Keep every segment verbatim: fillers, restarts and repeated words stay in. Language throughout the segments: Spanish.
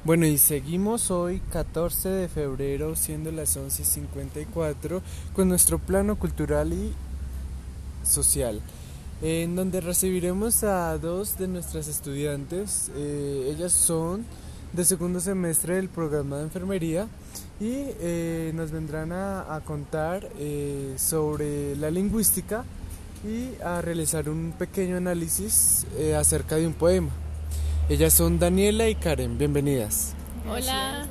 Bueno, y seguimos hoy, catorce de febrero, siendo las once y cincuenta y cuatro, con nuestro plano cultural y social, en donde recibiremos a dos de nuestras estudiantes. Eh, ellas son de segundo semestre del programa de enfermería y eh, nos vendrán a, a contar eh, sobre la lingüística y a realizar un pequeño análisis eh, acerca de un poema. Ellas son Daniela y Karen, bienvenidas. Hola.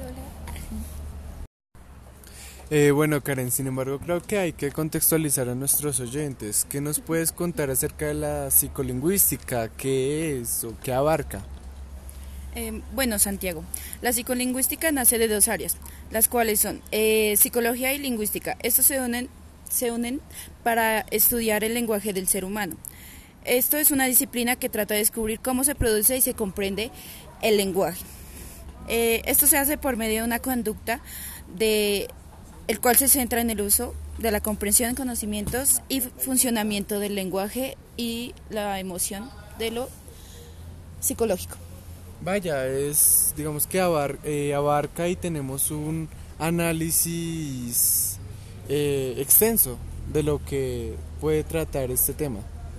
Eh, bueno, Karen, sin embargo, creo que hay que contextualizar a nuestros oyentes. ¿Qué nos puedes contar acerca de la psicolingüística? ¿Qué es o qué abarca? Eh, bueno, Santiago, la psicolingüística nace de dos áreas, las cuales son eh, psicología y lingüística. Estos se unen, se unen para estudiar el lenguaje del ser humano. Esto es una disciplina que trata de descubrir cómo se produce y se comprende el lenguaje. Eh, esto se hace por medio de una conducta de el cual se centra en el uso de la comprensión, conocimientos y funcionamiento del lenguaje y la emoción de lo psicológico. Vaya, es, digamos que abar, eh, abarca y tenemos un análisis eh, extenso de lo que puede tratar este tema.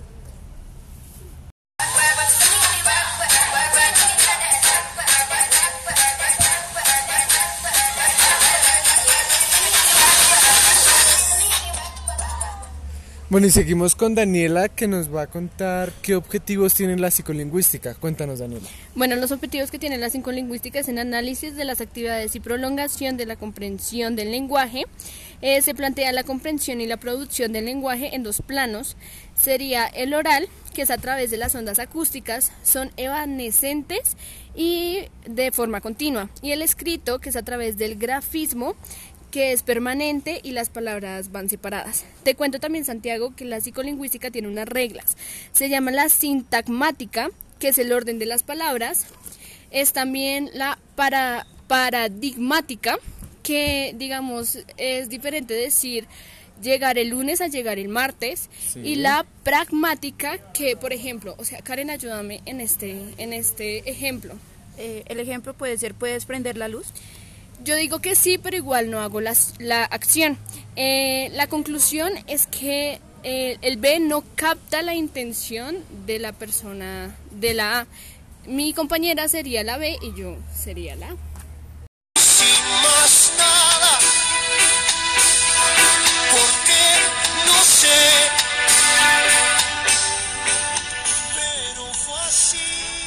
Bueno, y seguimos con Daniela, que nos va a contar qué objetivos tiene la psicolingüística. Cuéntanos, Daniela. Bueno, los objetivos que tiene la psicolingüística es el análisis de las actividades y prolongación de la comprensión del lenguaje. Eh, se plantea la comprensión y la producción del lenguaje en dos planos. Sería el oral, que es a través de las ondas acústicas, son evanescentes y de forma continua. Y el escrito, que es a través del grafismo, que es permanente y las palabras van separadas. Te cuento también, Santiago, que la psicolingüística tiene unas reglas. Se llama la sintagmática, que es el orden de las palabras. Es también la para, paradigmática, que digamos es diferente decir llegar el lunes a llegar el martes. Sí. Y la pragmática, que por ejemplo, o sea, Karen, ayúdame en este, en este ejemplo. Eh, el ejemplo puede ser, ¿puedes prender la luz? Yo digo que sí, pero igual no hago la, la acción. Eh, la conclusión es que eh, el B no capta la intención de la persona de la A. Mi compañera sería la B y yo sería la A. Sin más nada, porque no sé, pero fue así.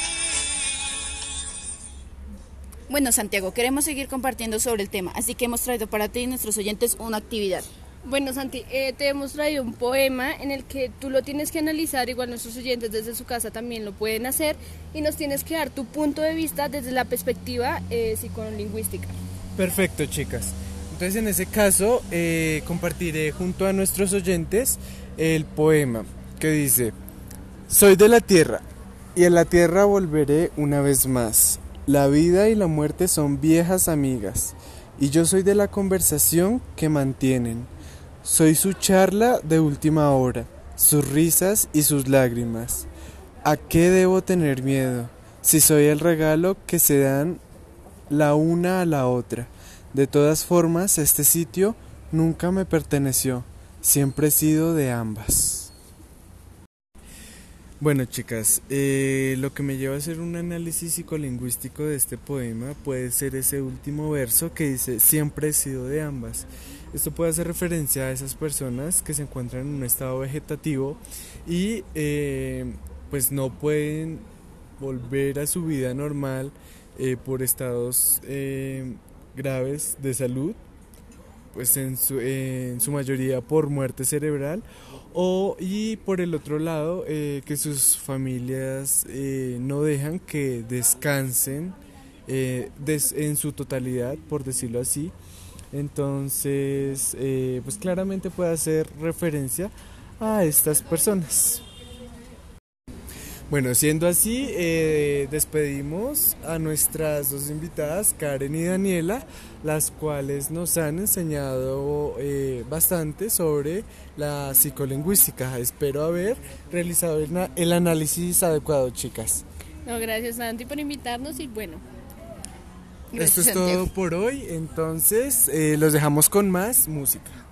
Bueno, Santiago, queremos seguir compartiendo sobre el tema, así que hemos traído para ti y nuestros oyentes una actividad. Bueno, Santi, eh, te hemos traído un poema en el que tú lo tienes que analizar, igual nuestros oyentes desde su casa también lo pueden hacer, y nos tienes que dar tu punto de vista desde la perspectiva eh, psicolingüística. Perfecto, chicas. Entonces, en ese caso, eh, compartiré junto a nuestros oyentes el poema que dice: soy de la tierra, y a la tierra volveré una vez más. La vida y la muerte son viejas amigas, y yo soy de la conversación que mantienen. Soy su charla de última hora, sus risas y sus lágrimas. ¿A qué debo tener miedo, si soy el regalo que se dan la una a la otra? De todas formas, este sitio nunca me perteneció, siempre he sido de ambas. Bueno, chicas, eh, lo que me lleva a hacer un análisis psicolingüístico de este poema puede ser ese último verso que dice: siempre he sido de ambas. Esto puede hacer referencia a esas personas que se encuentran en un estado vegetativo y eh, pues no pueden volver a su vida normal eh, por estados eh, graves de salud, pues en su, eh, en su mayoría por muerte cerebral, o y por el otro lado eh, que sus familias eh, no dejan que descansen eh, des, en su totalidad, por decirlo así. Entonces eh, pues claramente puede hacer referencia a estas personas. Bueno, siendo así, eh, despedimos a nuestras dos invitadas, Karen y Daniela, las cuales nos han enseñado eh, bastante sobre la psicolingüística. Espero haber realizado el, el análisis adecuado, chicas. No, gracias, Santi, por invitarnos y bueno. Gracias, Esto es Santiago. todo por hoy, entonces eh, los dejamos con más música.